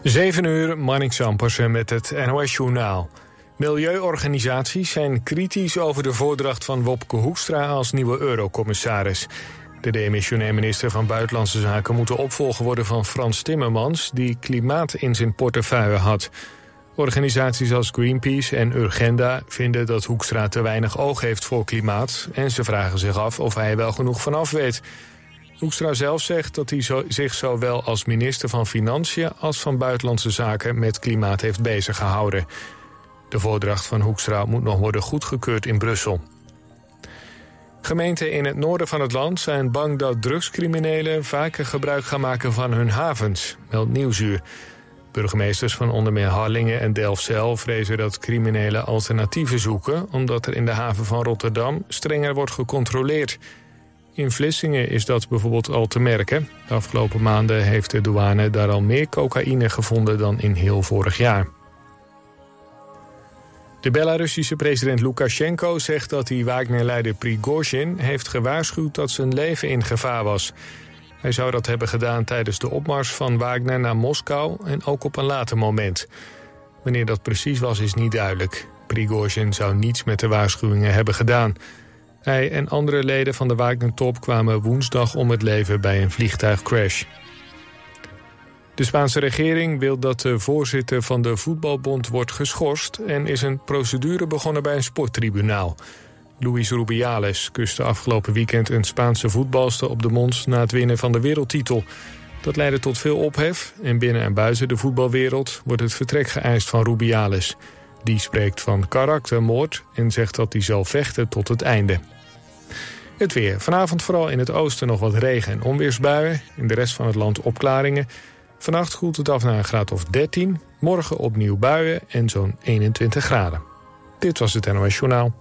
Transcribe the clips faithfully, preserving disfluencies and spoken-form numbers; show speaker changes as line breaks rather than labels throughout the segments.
zeven uur, Marnix Zampersen met het N O S-journaal. Milieuorganisaties zijn kritisch over de voordracht van Wopke Hoekstra als nieuwe eurocommissaris. De demissionair minister van Buitenlandse Zaken moet de opvolger worden van Frans Timmermans, die klimaat in zijn portefeuille had. Organisaties als Greenpeace en Urgenda vinden dat Hoekstra te weinig oog heeft voor klimaat en ze vragen zich af of hij er wel genoeg van af weet. Hoekstra zelf zegt dat hij zo, zich zowel als minister van Financiën als van Buitenlandse Zaken met klimaat heeft bezig gehouden. De voordracht van Hoekstra moet nog worden goedgekeurd in Brussel. Gemeenten in het noorden van het land zijn bang dat drugscriminelen vaker gebruik gaan maken van hun havens, meldt Nieuwsuur. Burgemeesters van onder meer Harlingen en Delfzijl vrezen dat criminelen alternatieven zoeken, omdat er in de haven van Rotterdam strenger wordt gecontroleerd. In Vlissingen is dat bijvoorbeeld al te merken. De afgelopen maanden heeft de douane daar al meer cocaïne gevonden dan in heel vorig jaar. De Belarussische president Lukashenko zegt dat hij Wagner-leider Prigozhin heeft gewaarschuwd dat zijn leven in gevaar was. Hij zou dat hebben gedaan tijdens de opmars van Wagner naar Moskou en ook op een later moment. Wanneer dat precies was is niet duidelijk. Prigozhin zou niets met de waarschuwingen hebben gedaan. Hij en andere leden van de Wagner-top kwamen woensdag om het leven bij een vliegtuigcrash. De Spaanse regering wil dat de voorzitter van de voetbalbond wordt geschorst en is een procedure begonnen bij een sporttribunaal. Luis Rubiales kuste afgelopen weekend een Spaanse voetbalster op de mond na het winnen van de wereldtitel. Dat leidde tot veel ophef en binnen en buiten de voetbalwereld wordt het vertrek geëist van Rubiales. Die spreekt van karaktermoord en zegt dat hij zal vechten tot het einde. Het weer. Vanavond vooral in het oosten nog wat regen- en onweersbuien. In de rest van het land opklaringen. Vannacht koelt het af naar een graad of dertien. Morgen opnieuw buien en zo'n eenentwintig graden. Dit was het N O S Journaal.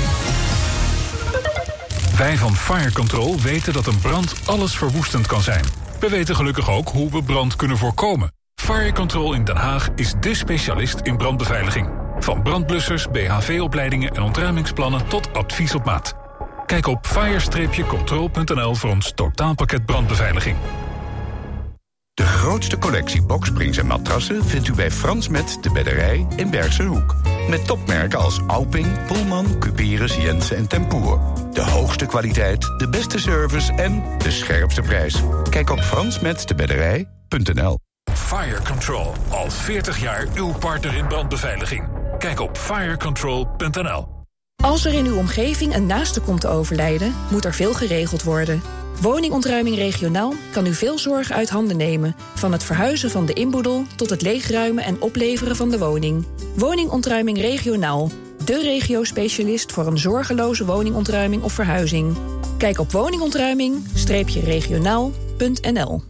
Wij van Fire Control weten dat een brand allesverwoestend kan zijn. We weten gelukkig ook hoe we brand kunnen voorkomen. Fire Control in Den Haag is dé specialist in brandbeveiliging. Van brandblussers, B H V-opleidingen en ontruimingsplannen tot advies op maat. Kijk op fire control punt n l voor ons totaalpakket brandbeveiliging.
De grootste collectie boksprings en matrassen vindt u bij Frans Met de Bedderij in Bergse Hoek. Met topmerken als Auping, Pullman, Cuperus, Jensen en Tempoer. De hoogste kwaliteit, de beste service en de scherpste prijs. Kijk op frans met de bedderij punt n l.
Fire Control, al veertig jaar uw partner in brandbeveiliging. Kijk op fire control punt n l.
Als er in uw omgeving een naaste komt te overlijden, moet er veel geregeld worden. Woningontruiming regionaal kan u veel zorg uit handen nemen. Van het verhuizen van de inboedel tot het leegruimen en opleveren van de woning. Woningontruiming regionaal. De regio-specialist voor een zorgeloze woningontruiming of verhuizing. Kijk op woningontruiming regionaal punt n l.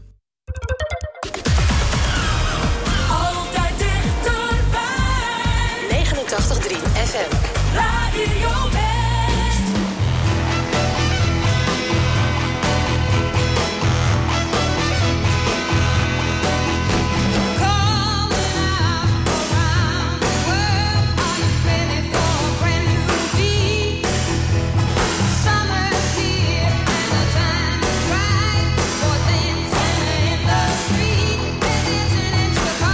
Altijd dichterbij.
negenentachtig komma drie F M.
Radio West.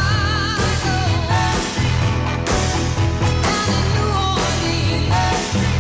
New Orleans.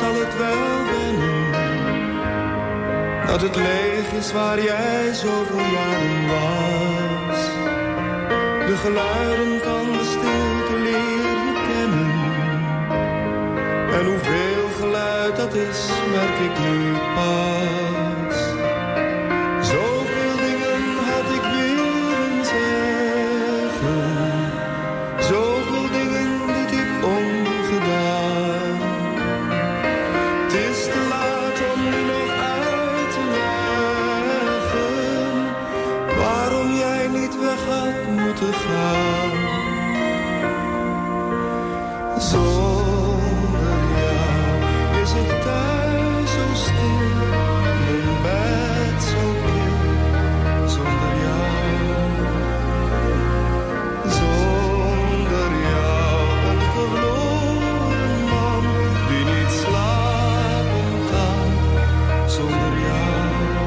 zal het wel wennen, dat het leeg is waar jij zoveel jaren was. De geluiden van de stilte leer je kennen. En hoeveel geluid dat is, merk ik nu pas. Zoveel dingen had ik willen zeggen. Zoveel dingen liet ik ongedaan. Het is te laat om nu nog uit te leggen waarom jij niet weg had moeten gaan. Zonder jou is het thuis zo stil, mijn bed zo kil. Zonder jou, zonder jou, een verloren man die niet slapen kan. Zonder jou,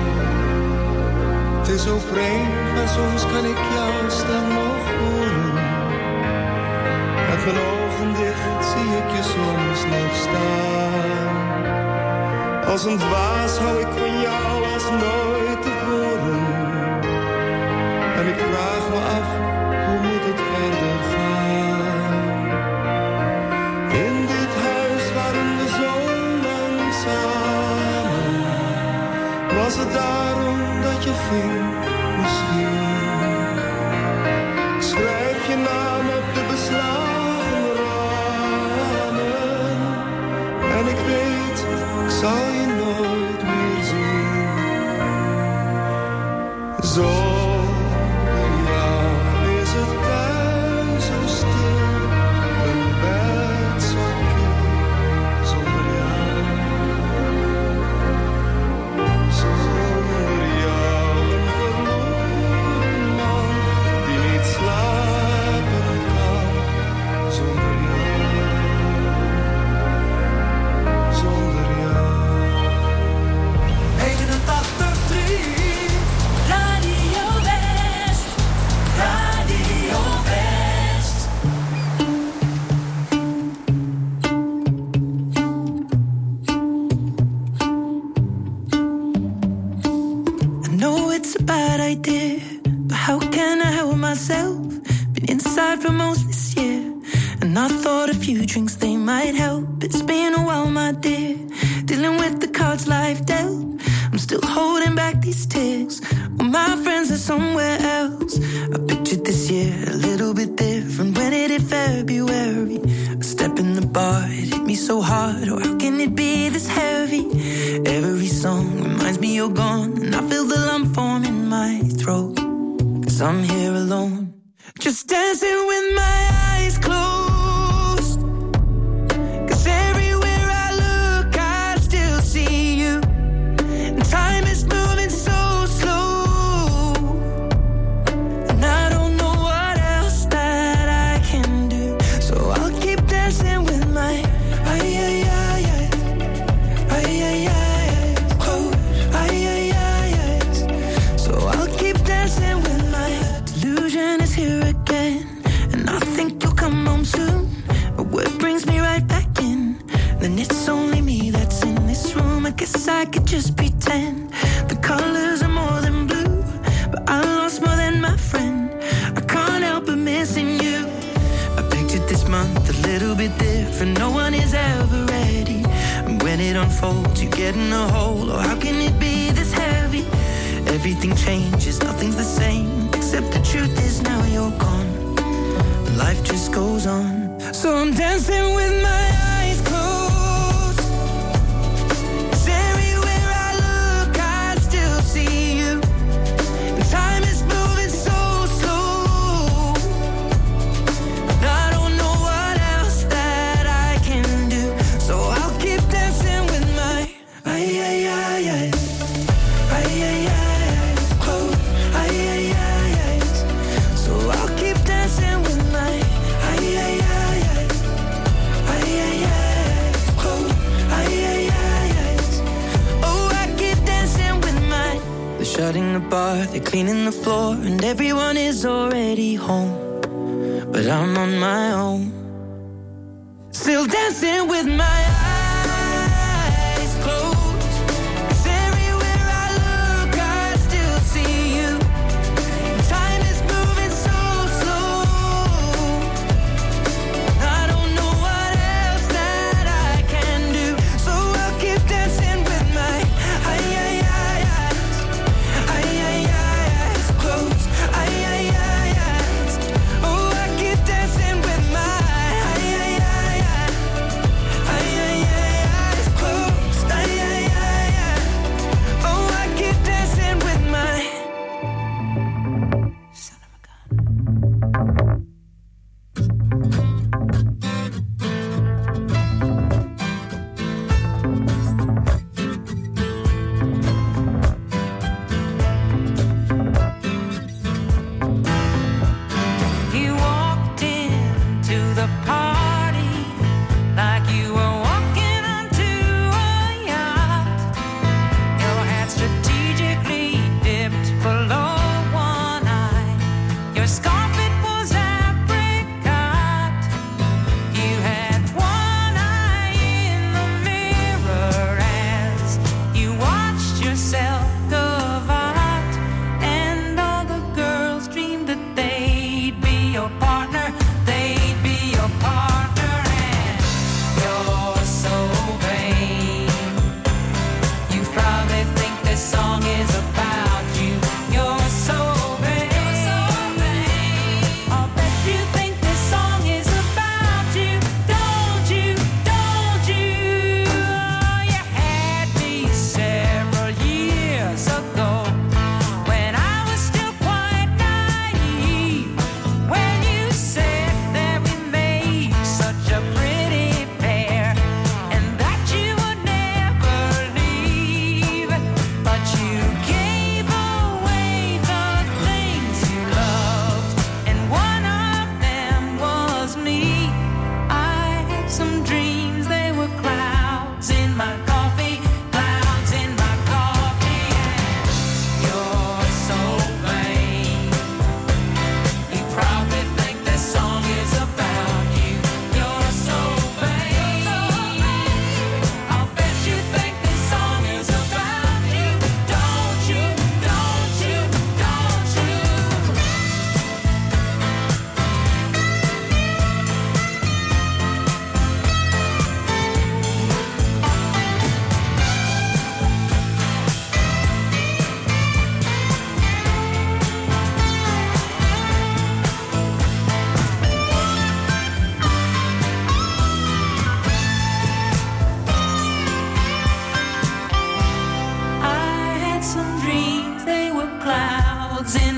het is zo vreemd, maar soms kan ik jouw stem nog horen. Met mijn ogen dicht zie ik je soms nog staan. Als een dwaas hou ik van jou als nooit tevoren. En ik vraag me af, hoe moet het verder gaan? In dit huis waarin we zo lang samen, was het daarom dat je ging misschien. Ik schrijf je naam op de beslagen ramen. En ik weet, ik zal je nooit meer zien. Zonder jou is het thuis zo stil, mijn bed zo kil. Zonder jou, zonder jou, een verloren man die niet slapen kan. Zonder jou, zonder jou.
negenentachtig komma drie Radio West, Radio West.
I know it's a bad idea, but how can I help myself? Been inside for most this year, and I thought a few drinks they might help. It's been a while, my dear, dealing with the cards life dealt. I'm still holding back these tears, well, my friends are somewhere else. I pictured this year a little bit different when it hit February. A step in the bar, it hit me so hard, or how can it be this heavy? Every song reminds me you're gone, and I feel the lump form in my throat. Cause I'm here alone, just dancing with my eyes closed. Cause everywhere I look, I still see you. And time is moving so slow, and I don't know what else that I can do. So I'll keep dancing with my ay ay ay ay ay ay ay close ay ay ay ay. So I'll keep dancing with my delusion is here again, and I think you'll come home soon. But what brings me right back in? Then it's only me that's in this room. I guess I could just pretend the colors are more than blue, but I lost more than my friend. I can't help but missing you. I pictured this month a little bit different. No one is ever ready, and when it unfolds, you get in a hole. Or how can it be this heavy? Everything changes, nothing's the same, except the truth is now you're gone. Life just goes on. So I'm dancing with my eyes closed. 'Cause everywhere I look, I still see you. And time is moving so slow, and I don't know what else that I can do. So I'll keep dancing with my ay ay ay ay ay ay ay close ay ay ay ay. So I'll keep dancing with my ay ay ay ay ay ay ay close ay ay ay ay. Oh, I keep dancing with my. They're shutting the bar, they're cleaning the floor, and everyone is already home, but I'm on my own, still dancing with my eyes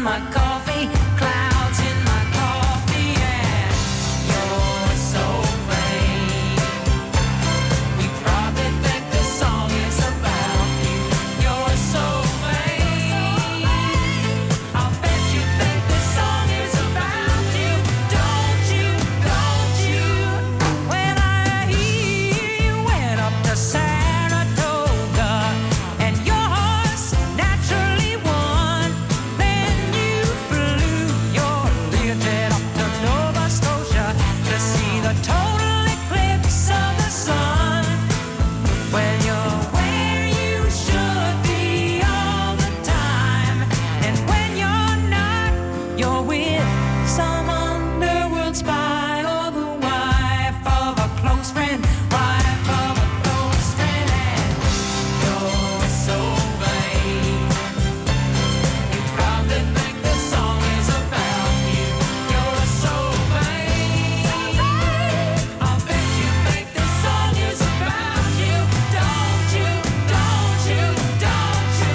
in my coffee, clouds in my coffee, and you're so vain. You probably think this song is about you. You're so vain. I'll bet you think this song is about you. Don't you, don't you? When I hear you went up to Saratoga and your horse naturally won, then you flew your Learjet up to Nova Scotia to see the total eclipse of the sun. When you're where you should be all the time, and when you're not, you're with some underworld spy or the wife of a close friend, wife of a close friend, and you're so vain. You probably think this song is about you. You're so vain. I'll bet you think this song is about you. Don't you, don't you, don't you?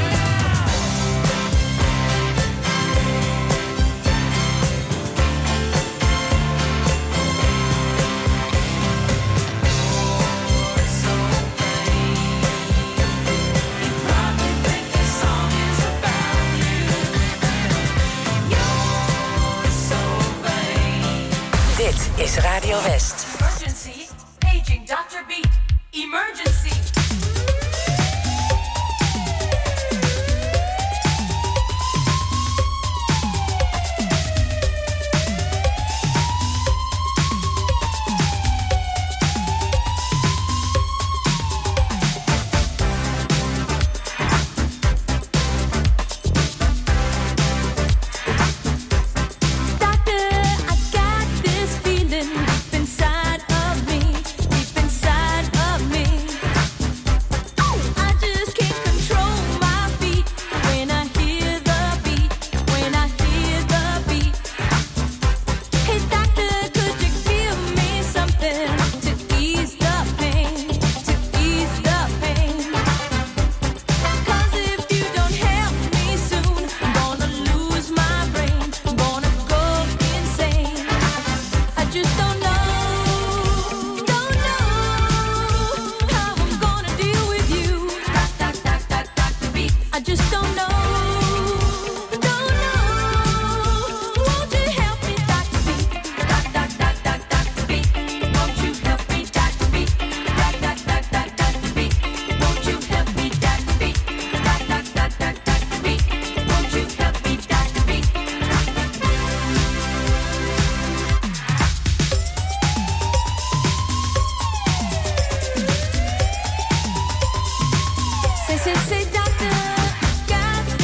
You're so vain. You probably think this song is about you. You're so vain.
Dit is Radio West.
Emergency, paging Doctor Beat. Emergency.
Doctor, I got this feeling deep inside of me, deep inside of me. I just can't control my feet when I hear the beat, when I hear the beat. Hey doctor, could you give me something to ease the pain, to ease the pain? 'Cause if you don't help me soon, I'm gonna lose my brain, I'm gonna go insane. I just don't know, don't know how I'm gonna deal with you. Doc, doc, doc, doc, Doctor Beat. I just don't know, don't know. Won't you help me, Doctor Beat? Doc, doc, doc, doc, Doctor Beat. Won't you help me, Doctor Beat? Doc, doc, doc, doc, Doctor Beat. Won't you help me, Doctor Beat? Doc, doc, doc, doc, Doctor Beat. Won't you help me, Doctor Beat? Say, say, say, doctor, got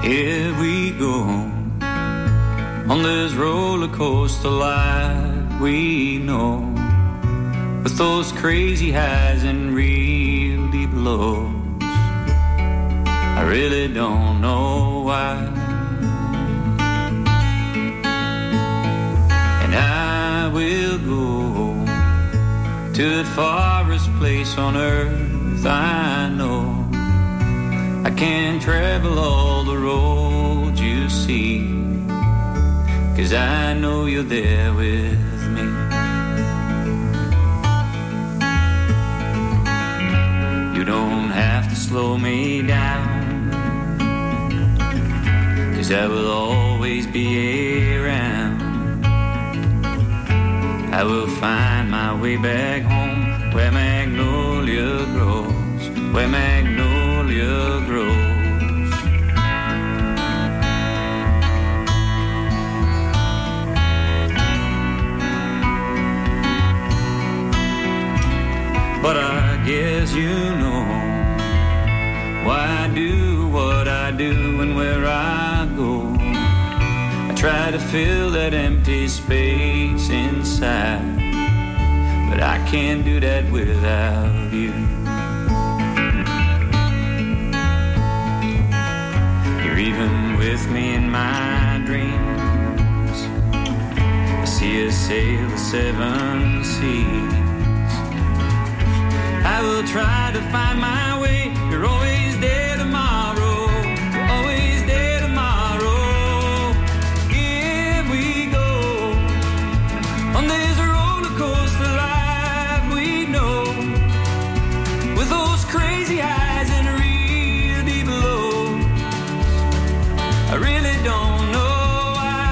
Here we go on this roller coaster life we know, with those crazy highs and real deep lows. I really don't know why. And I will go to the farthest place on earth I know. I can't travel all the roads you see, 'cause I know you're there with me. You don't have to slow me down, 'cause I will always be around. I will find my way back home, where magnolia grows, where magnolia grows. But I guess you know why I do what I do and where I go. I try to fill that empty space inside, but I can't do that without you. You're even with me in my dreams. I see us sail the seven seas. I will try to find my way. You're always there tomorrow. You're always there tomorrow. Here we go on this roller coaster life we know, with those crazy highs and real deep lows. I really don't know why.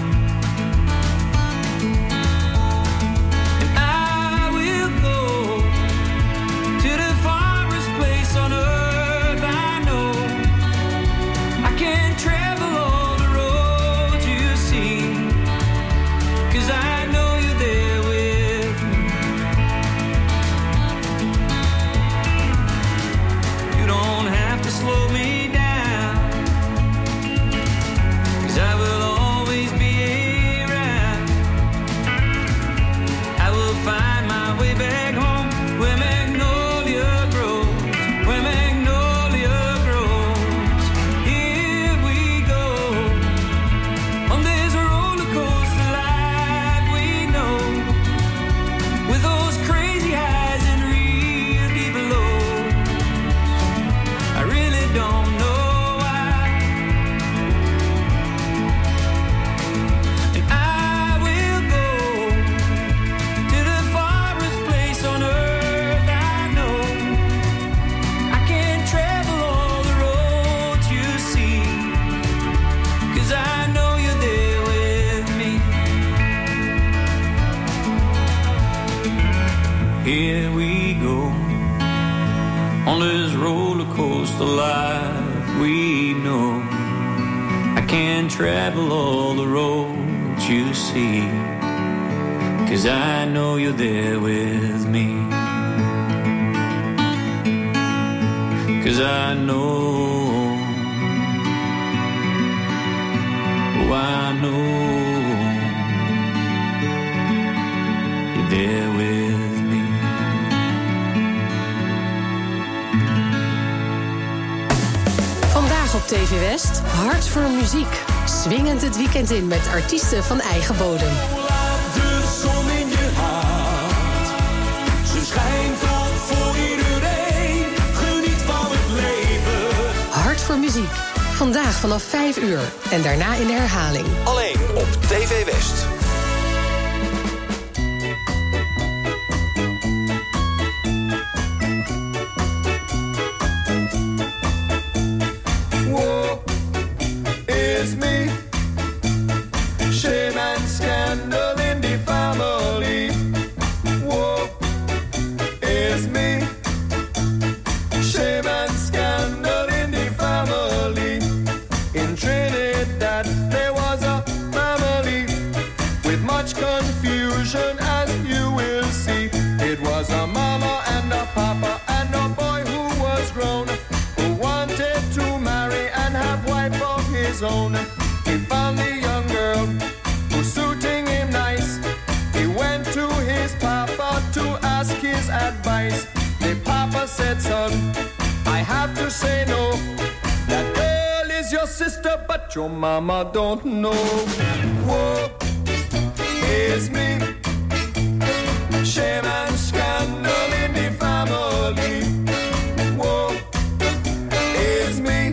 And I will go to the farthest place on earth I know. I can't travel all the roads you see, 'cause I know you're there with me. You don't have to slow me down, 'cause I will always be around. I will find my way back home, where magnolia grows, where magnolia grows. Here we go on this roller coaster life we know, with those crazy highs and real deep lows. I really don't know why. And I will go to the farthest place on earth I know. I can't travel all the roads you see, 'cause I know you're there with me. Here we go on this roller coaster life we know. I can't travel all the roads you see, 'cause I know you're there with me. 'Cause I know, oh I know you're there with me.
Vandaag op T V West, Hart voor muziek. Swingend het weekend in met artiesten van eigen bodem.
De zon in je hart, ze schijnt op voor iedereen. Geniet van het leven.
Hart voor muziek. Vandaag vanaf vijf uur en daarna in de herhaling.
Alleen op T V West.
Woe is me. Shame and scandal in the family. Woe is me. Shame and scandal in the family. In Trinidad there was a family with much confusion, as you will see. It was a mama and a papa and a boy who was grown, who wanted to marry and have wife of his own. He found the young girl who's suiting him nice. He went to his papa to ask his advice. The papa said, son, I have to say no. That girl is your sister, but your mama don't know. Whoa, it's me. Shame and scandal in the family. Whoa, it's me.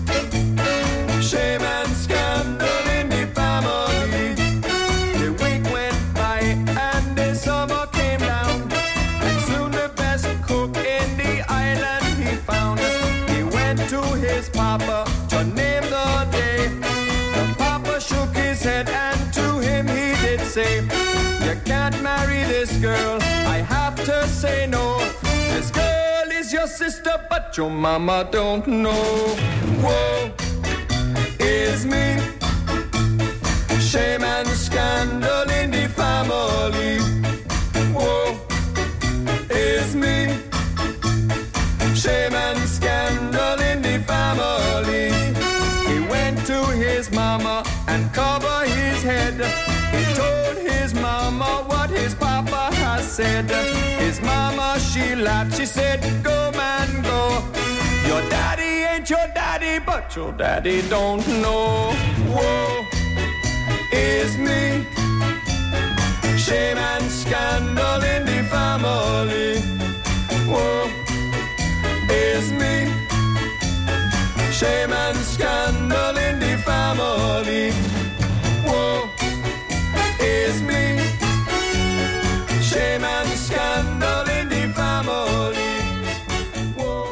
Shame and scandal in the family. The week went by and the summer came down. And soon the best cook in the island he found. He went to his papa to name the day. The papa shook his head and to him he did say, you can't marry this girl, I have to say no. This girl is your sister, but your mama don't know. Whoa, is me. Shame and scandal in the family. Whoa, is me. Shame and scandal in the family. He went to his mama and covered his head. He told his mama what his papa has said. His mama, she laughed, she said, go man, go. Your daddy ain't your daddy, but your daddy don't know. Whoa, is me. Shame and scandal in the family. Whoa, is me. Shame and scandal in the family. Whoa, is me. Shame and scandal in the family. Whoa.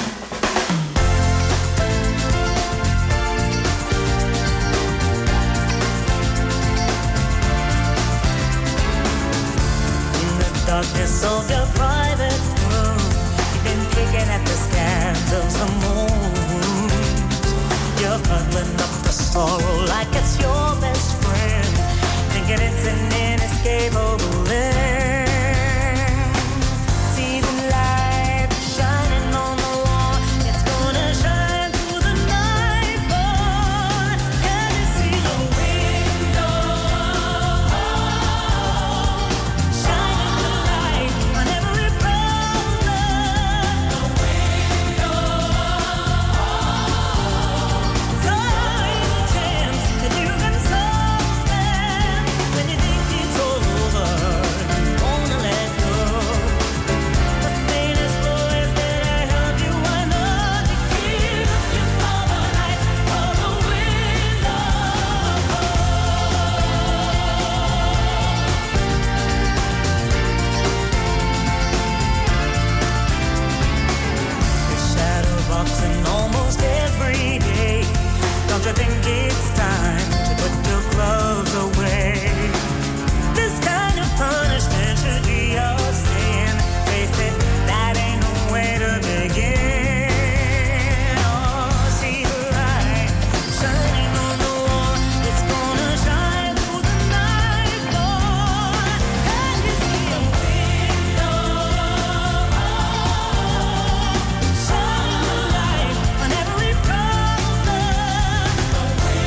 In the darkness of your private room, you've been picking at the scans of the moon. You're cuddling up the sorrow like it's your best friend, thinking it's an inescapable end. See the light shining on the wall, it's gonna shine through the night fall. Can you see the window? Shining the light on every problem. The window. Time chance that you can solve them. When you think it's over, gonna let go. The faintest voice that I heard you, I know to keep you for the light of the window. The shadow boxing almost every day. Don't you think it's time to put your gloves away? This kind of punishment should be your sin. Face it, that ain't no way to begin. Oh, see the light shining on the wall. It's gonna shine through the night more. Can you see a window? Shine the light on every problem. The window.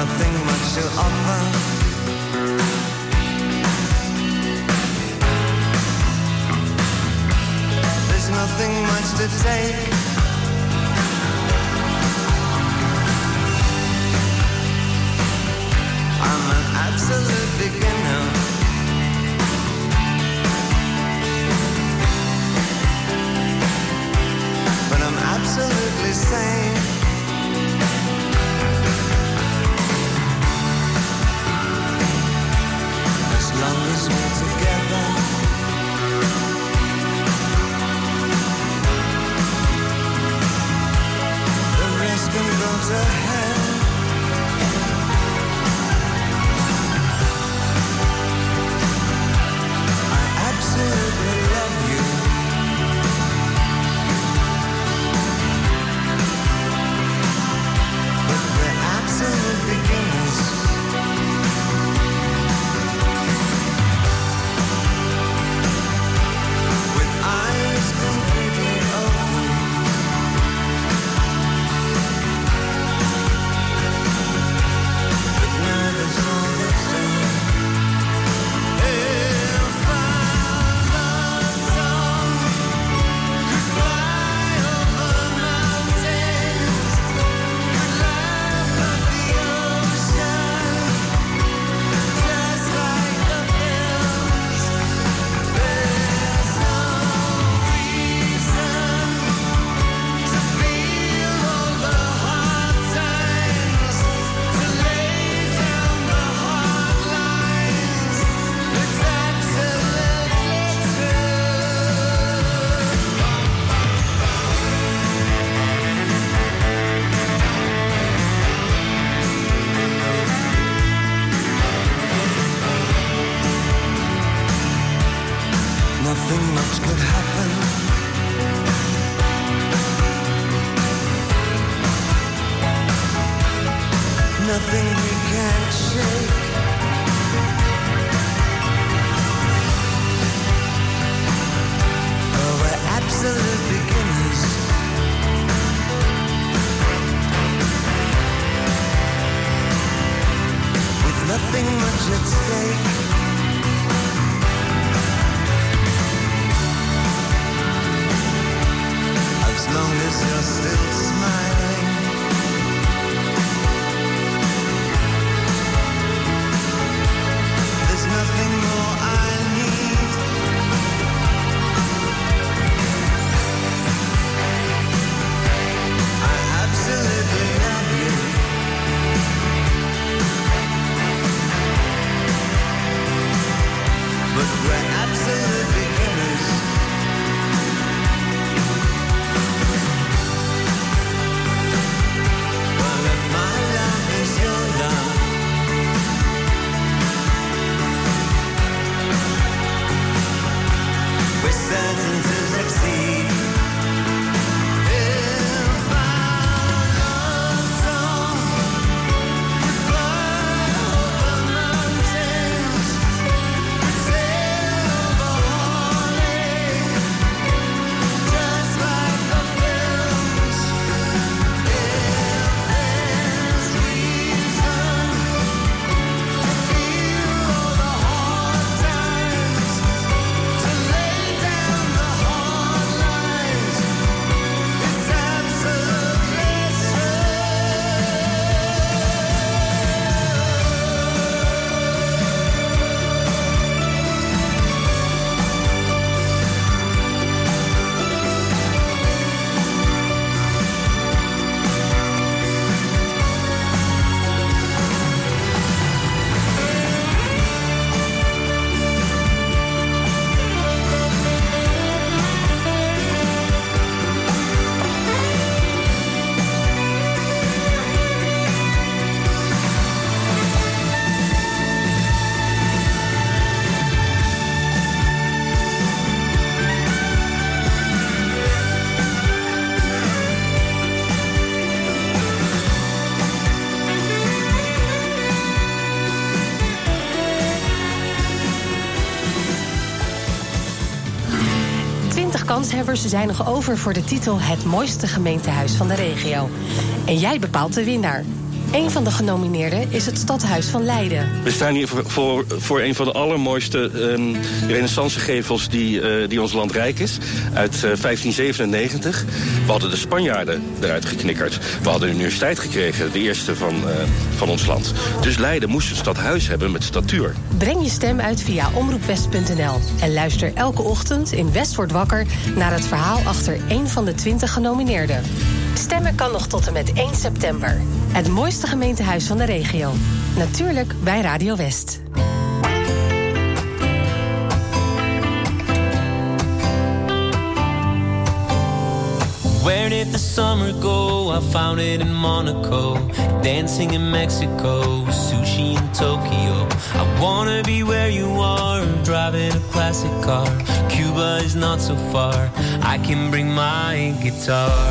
nothing much to offer. There's nothing much to take. I'm an absolute beginner. But I'm absolutely sane. As long as we're together. The rest can go to hell. I absolutely love you. But we're absolute beginners. With eyes completely open. But nervous all the same. If our love song could fly over mountains, could laugh at the ocean, just like the films, there's no reason to feel all the hard times, to lay down the hard lines. It's absolutely nothing much could happen. Nothing we can't shake. Oh, we're absolute beginners. With nothing much at stake. As long as you're still smiling. There's nothing more I need. I absolutely love you. But we're absolute beginners. Well, if my love is your love, we're certain to succeed. If our love song could fly over mountains, could sail over Hawley, just like the films. If there's reason to feel all the hard times, to lay down the hard lines, it's absolutely true.
twintig kanshebbers zijn nog over voor de titel Het mooiste gemeentehuis van de regio. En jij bepaalt de winnaar. Een van de genomineerden is het Stadhuis van Leiden.
We staan hier voor, voor, voor een van de allermooiste um, renaissancegevels die, uh, die ons land rijk is. Uit uh, vijftien zevenennegentig. We hadden de Spanjaarden eruit geknikkerd. We hadden de universiteit gekregen, de eerste van, uh, van ons land. Dus Leiden moest een stadhuis hebben met statuur.
Breng je stem uit via omroepwest punt n l. En luister elke ochtend in West wordt wakker naar het verhaal achter één van de twintig genomineerden. Stemmen kan nog tot en met één september. Het mooiste gemeentehuis van de regio. Natuurlijk bij Radio West.
Where did the summer go? I found it in Monaco. Dancing in Mexico. Sushi in Tokyo. I wanna be where you are. Driving a classic car. Cuba is not so far. I can bring my guitar.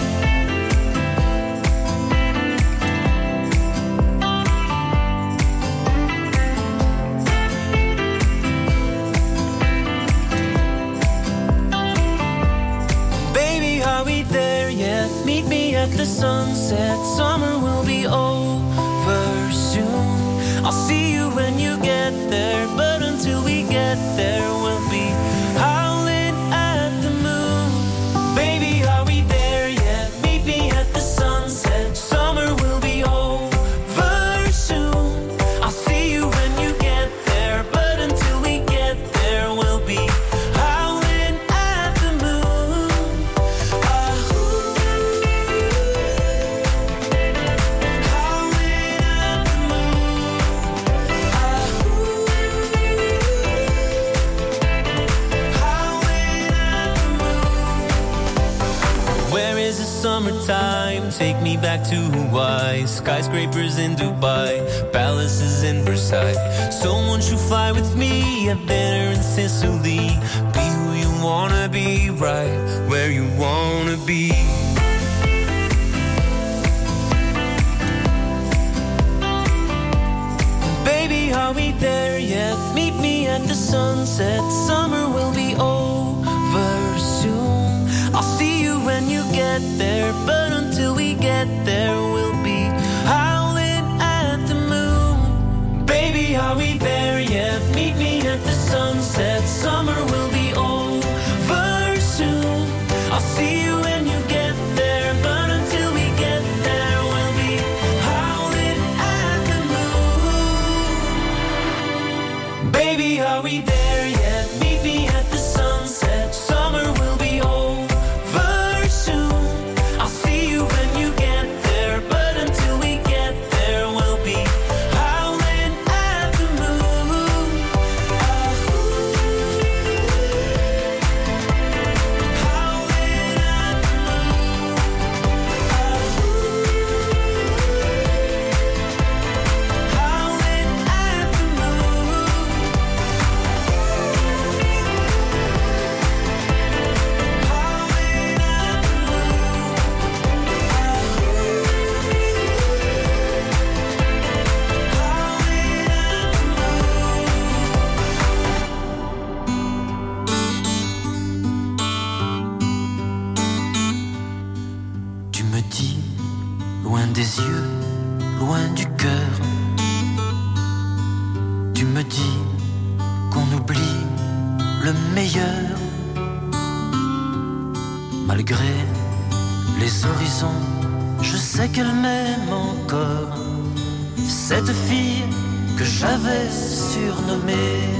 Meet me at the sunset. Summer will be over soon. I'll see you when you get there. But until we get there, we'll be howling at the moon. Baby, are we there yet? Meet me at the sunset. Summer will be over soon. I'll see you when you get there. But until we get there, we'll be howling at the moon. Summertime, take me back to Hawaii. Skyscrapers in Dubai, palaces in Versailles. So won't you fly with me, have dinner in Sicily. Be who you wanna be, right where you wanna be. Baby, are we there yet? Meet me at the sunset. Summer will be over soon. I'll see you when you get there, but until we get there, we'll be howling at the moon. Baby, are we there yet? Meet me at the sunset. Summer will be over soon. I'll see you when you get there, but until we get there, we'll be howling at the moon. Baby, are we there yet? Meet me at the sunset. Summer will be over.
Malgré les horizons, je sais qu'elle m'aime encore. Cette fille que j'avais surnommée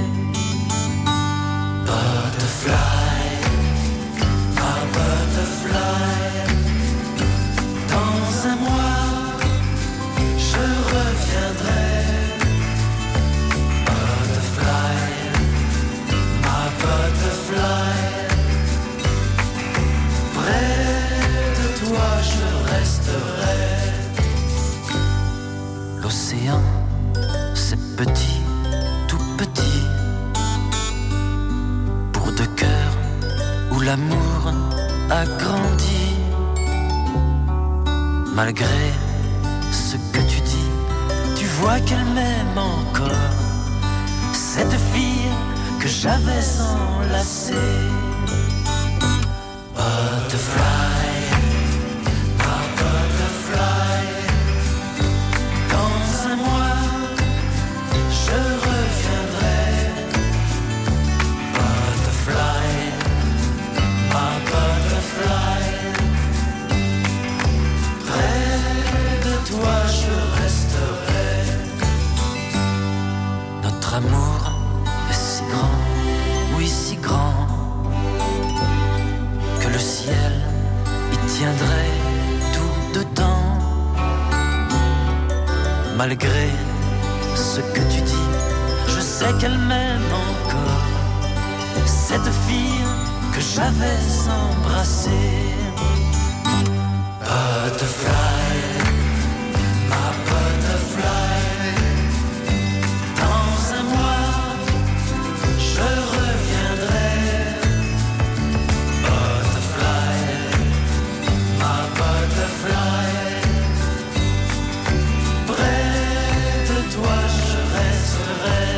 Butterfly, ma butterfly. Dans un mois, je reviendrai. Butterfly, ma butterfly. Près de toi je resterai. L'océan, c'est petit, tout petit. Pour deux cœurs où l'amour a grandi. Malgré ce que tu dis, tu vois qu'elle m'aime encore. Cette fille que j'avais enlacée. Butterfly, ma butterfly. malgré ce que tu dis, je sais qu'elle m'aime encore. Cette fille que j'avais embrassée. Butterfly, ma butterfly. Dans un mois, je reviendrai. Butterfly, ma butterfly. Près de toi, je resterai.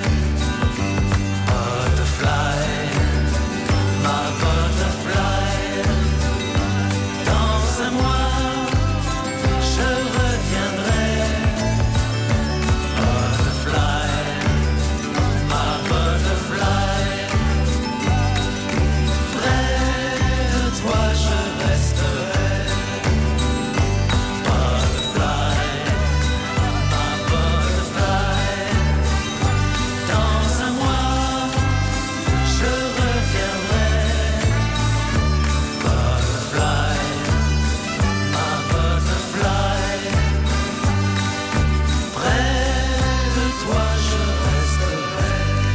Butterfly, ma butterfly. Dans un mois, je reviendrai. Butterfly, ma butterfly. Près de toi, je resterai. Butterfly, ma butterfly. Dans un mois, je reviendrai. Butterfly, ma butterfly. Près de toi, je resterai.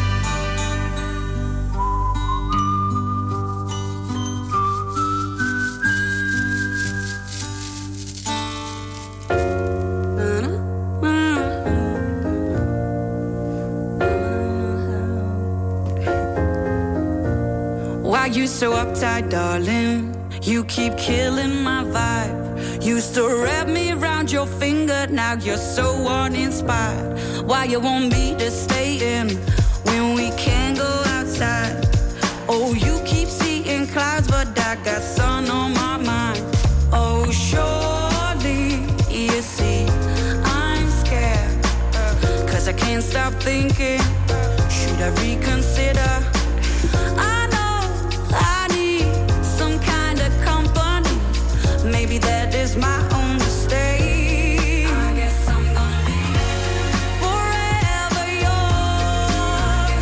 Why you so uptight, darling? You keep killing my vibe. Used to wrap me around your finger, now you're so uninspired. Why you want me to stay in when we can't go outside? Oh, you keep seeing clouds, but I got sun on my mind. Oh, surely you see I'm scared, cause I can't stop thinking, should I reconsider? I know I need some kind of company. Maybe that is my own mistake. I guess I'm gonna be forever yours.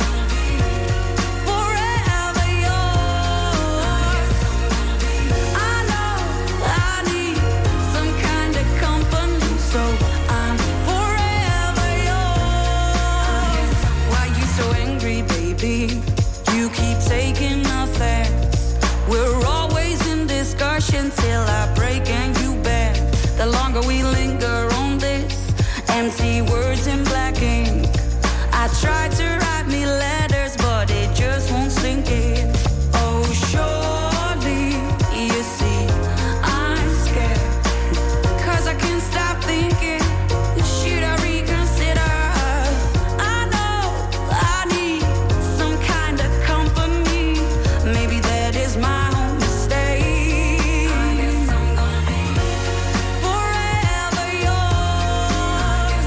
Forever yours. I know I need some kind of company, so I'm forever yours. Why you so angry, baby? You keep taking offense. We're always in discussion till I break and you bend. The longer we linger on this, empty words in black ink. I try to write me letters, but it just won't sink in. Oh, surely you see I'm scared, cause I can't stop thinking, should I reconsider? I know I need some kind of company. Maybe that is my own mistake. I guess I'm gonna be forever yours.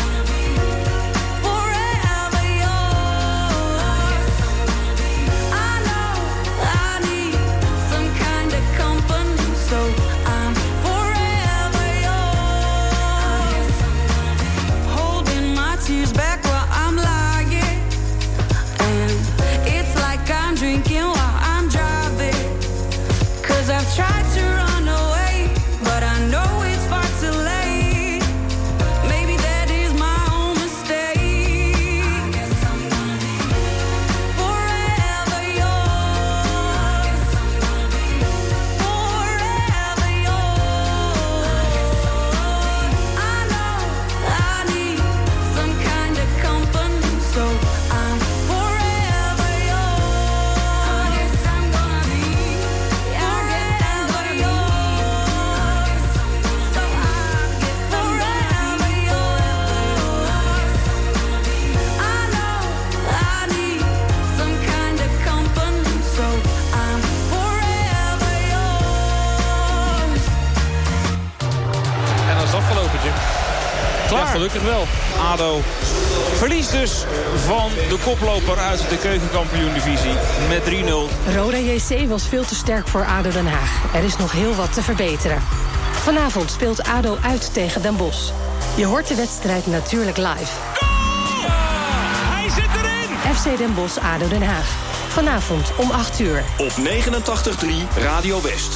Forever yours. I know I need some kind of company, so I'm forever yours. Holding my tears back while I'm lying, and it's like I'm drinking while I'm driving. Cause I've tried to run away, but I know it's far too late. Maybe that is my own mistake. I guess I'm gonna be forever yours. Forever yours. I know I need some kind of company, so I'm forever yours. I guess I'm gonna be forever yours. So I get forever yours. I know I need some kind of company, so I'm forever yours.
En dat is afgelopen, Jim.
Klaar.
Ja, gelukkig wel.
ADO verliest dus van de koploper uit de keukenkampioen-divisie met drie nul.
Roda J C was veel te sterk voor ADO Den Haag. Er is nog heel wat te verbeteren. Vanavond speelt ADO uit tegen Den Bosch. Je hoort de wedstrijd natuurlijk live.
Hij zit erin!
F C Den Bosch ADO Den Haag. Vanavond om acht uur.
Op negenentachtig drie Radio West.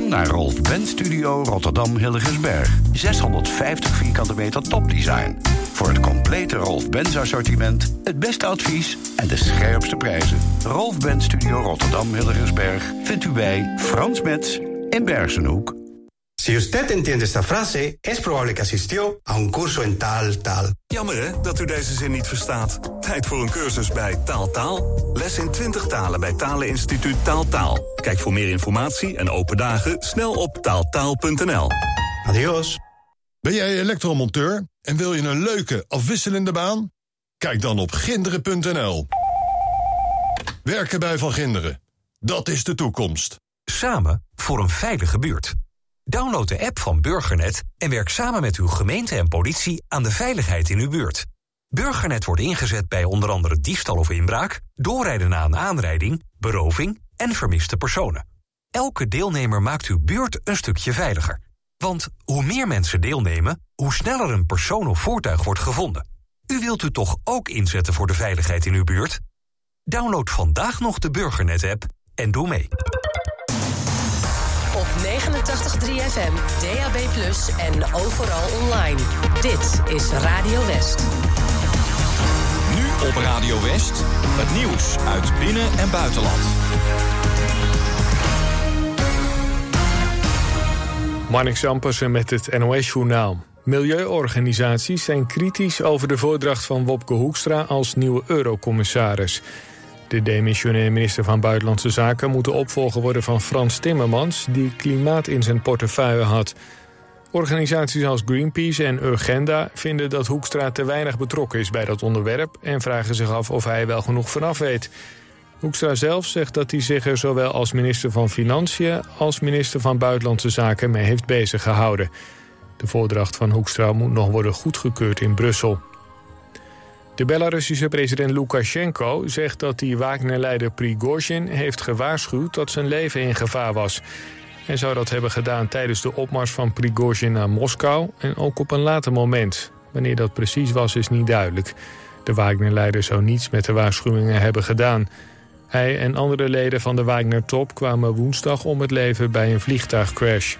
Dan naar Rolf Benz Studio Rotterdam Hillegersberg. zeshonderdvijftig vierkante meter topdesign. Voor het complete Rolf Benz assortiment, het beste advies en de scherpste prijzen. Rolf Benz Studio Rotterdam Hillegersberg vindt u bij Frans Metz in Bergenhoek.
Si usted entiende esta frase, es probable que asistió a un curso en tal, tal.
Jammer hè, dat u deze zin niet verstaat. Tijd voor een cursus bij Taal Taal. Les in twintig talen bij Taleninstituut Taal Taal. Kijk voor meer informatie en open dagen snel op taaltaal punt n l.
Adios.
Ben jij elektromonteur en wil je een leuke, afwisselende baan? Kijk dan op ginderen punt n l. Werken bij Van Ginderen. Dat is de toekomst.
Samen voor een veilige buurt. Download de app van Burgernet en werk samen met uw gemeente en politie aan de veiligheid in uw buurt. Burgernet wordt ingezet bij onder andere diefstal of inbraak, doorrijden na een aanrijding, beroving en vermiste personen. Elke deelnemer maakt uw buurt een stukje veiliger. Want hoe meer mensen deelnemen, hoe sneller een persoon of voertuig wordt gevonden. U wilt u toch ook inzetten voor de veiligheid in uw buurt? Download vandaag nog de Burgernet-app en doe mee.
Op negenentachtig komma drie F M, D A B plus, en overal online. Dit is Radio West.
Nu op Radio West, het nieuws uit binnen- en buitenland.
Marnix Ampersen met het N O S-journaal. Milieuorganisaties zijn kritisch over de voordracht van Wopke Hoekstra als nieuwe eurocommissaris. De demissionair minister van Buitenlandse Zaken moet de opvolger worden van Frans Timmermans, die klimaat in zijn portefeuille had. Organisaties als Greenpeace en Urgenda vinden dat Hoekstra te weinig betrokken is bij dat onderwerp en vragen zich af of hij wel genoeg vanaf weet. Hoekstra zelf zegt dat hij zich er zowel als minister van Financiën als minister van Buitenlandse Zaken mee heeft bezig gehouden. De voordracht van Hoekstra moet nog worden goedgekeurd in Brussel. De Belarussische president Lukashenko zegt dat hij Wagner-leider Prigozhin heeft gewaarschuwd dat zijn leven in gevaar was. Hij zou dat hebben gedaan tijdens de opmars van Prigozhin naar Moskou en ook op een later moment. Wanneer dat precies was, is niet duidelijk. De Wagner-leider zou niets met de waarschuwingen hebben gedaan. Hij en andere leden van de Wagner-top kwamen woensdag om het leven bij een vliegtuigcrash.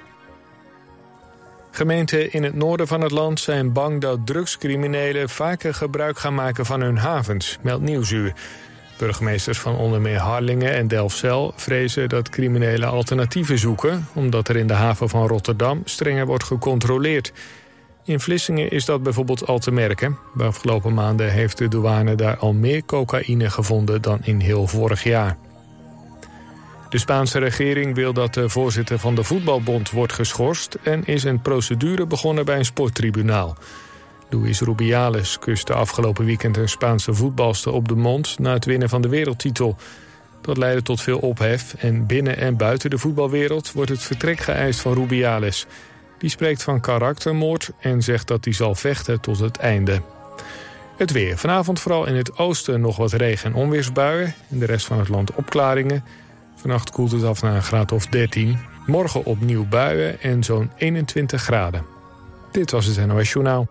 Gemeenten in het noorden van het land zijn bang dat drugscriminelen vaker gebruik gaan maken van hun havens, meldt Nieuwsuur. Burgemeesters van onder meer Harlingen en Delfzijl vrezen dat criminelen alternatieven zoeken, omdat er in de haven van Rotterdam strenger wordt gecontroleerd. In Vlissingen is dat bijvoorbeeld al te merken. De afgelopen maanden heeft de douane daar al meer cocaïne gevonden dan in heel vorig jaar. De Spaanse regering wil dat de voorzitter van de voetbalbond wordt geschorst en is een procedure begonnen bij een sporttribunaal. Luis Rubiales kuste afgelopen weekend een Spaanse voetbalster op de mond na het winnen van de wereldtitel. Dat leidde tot veel ophef en binnen en buiten de voetbalwereld wordt het vertrek geëist van Rubiales. Die spreekt van karaktermoord en zegt dat hij zal vechten tot het einde. Het weer. Vanavond vooral in het oosten nog wat regen- en onweersbuien. In de rest van het land opklaringen. Vannacht koelt het af naar een graad of dertien. Morgen opnieuw buien en zo'n eenentwintig graden. Dit was het N O S-journaal.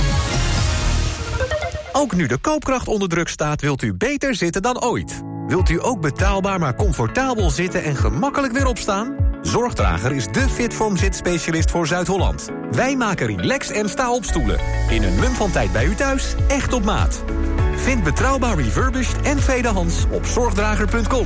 Ook nu de koopkracht onder druk staat, wilt u beter zitten dan ooit. Wilt u ook betaalbaar maar comfortabel zitten en gemakkelijk weer opstaan? Zorgdrager is de Fitform zitspecialist voor Zuid-Holland. Wij maken relax- en sta-opstoelen. In een mum van tijd bij u thuis, echt op maat. Vind betrouwbaar refurbished en tweedehands op zorgdrager punt com.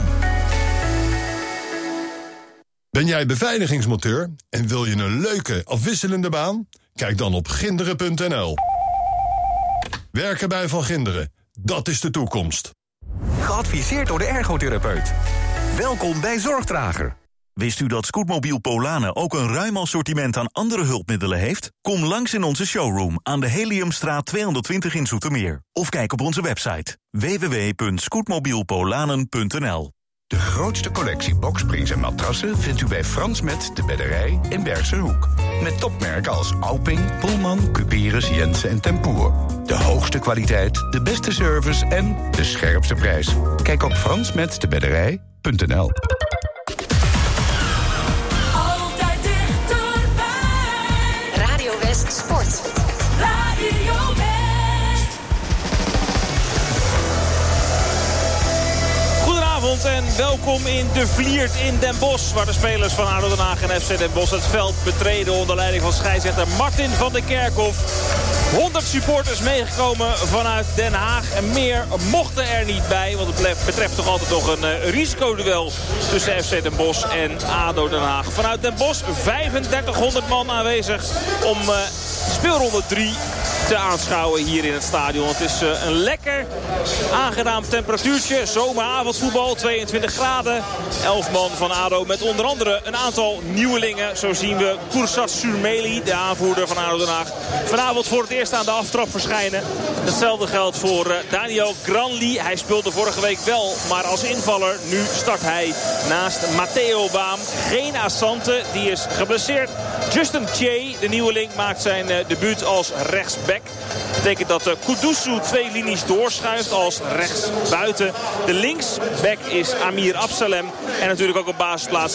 Ben jij beveiligingsmonteur en wil je een leuke, afwisselende baan? Kijk dan op ginderen punt n l. Werken bij Van Ginderen, dat is de toekomst.
Geadviseerd door de ergotherapeut. Welkom bij Zorgdrager.
Wist u dat Scootmobiel Polanen ook een ruim assortiment aan andere hulpmiddelen heeft? Kom langs in onze showroom aan de Heliumstraat tweehonderdtwintig in Zoetermeer. Of kijk op onze website w w w punt scootmobielpolanen punt n l.
De grootste collectie boksprings en matrassen vindt u bij Frans Met de Bedderij in Bergse-Hoek. Met topmerken als Auping, Pullman, Cuperus, Jensen en Tempoer. De hoogste kwaliteit, de beste service en de scherpste prijs. Kijk op frans met de bedderij punt n l.
Altijd dichterbij.
Radio West Sport.
Radio West.
Goedenavond en welkom in De Vliert in Den Bosch, waar de spelers van A D O Den Haag en F C Den Bosch het veld betreden onder leiding van scheidsrechter Martin van der Kerkhof. honderd supporters meegekomen vanuit Den Haag en meer mochten er niet bij, want het betreft toch altijd nog een uh, risicoduel tussen F C Den Bosch en A D O Den Haag. Vanuit Den Bosch vijfendertighonderd man aanwezig om uh, speelronde drie te aanschouwen hier in het stadion. Het is uh, een lekker aangenaam temperatuurtje. Zomeravondvoetbal, tweeëntwintig graden. elf man van A D O met onder andere een aantal nieuwelingen. Zo zien we Koursat Surmeli, de aanvoerder van A D O Den Haag, vanavond voor het eerst aan de aftrap verschijnen. Hetzelfde geldt voor uh, Daniel Granli. Hij speelde vorige week wel, maar als invaller. Nu start hij naast Matteo Baam. Geen Asante, die is geblesseerd. Justin Che, de nieuweling, maakt zijn uh, debuut als rechtsback. Dat betekent dat uh, Kudusu twee linies doorschuift als rechtsbuiten. De linksback is Amir Absalem. En natuurlijk ook op basisplaats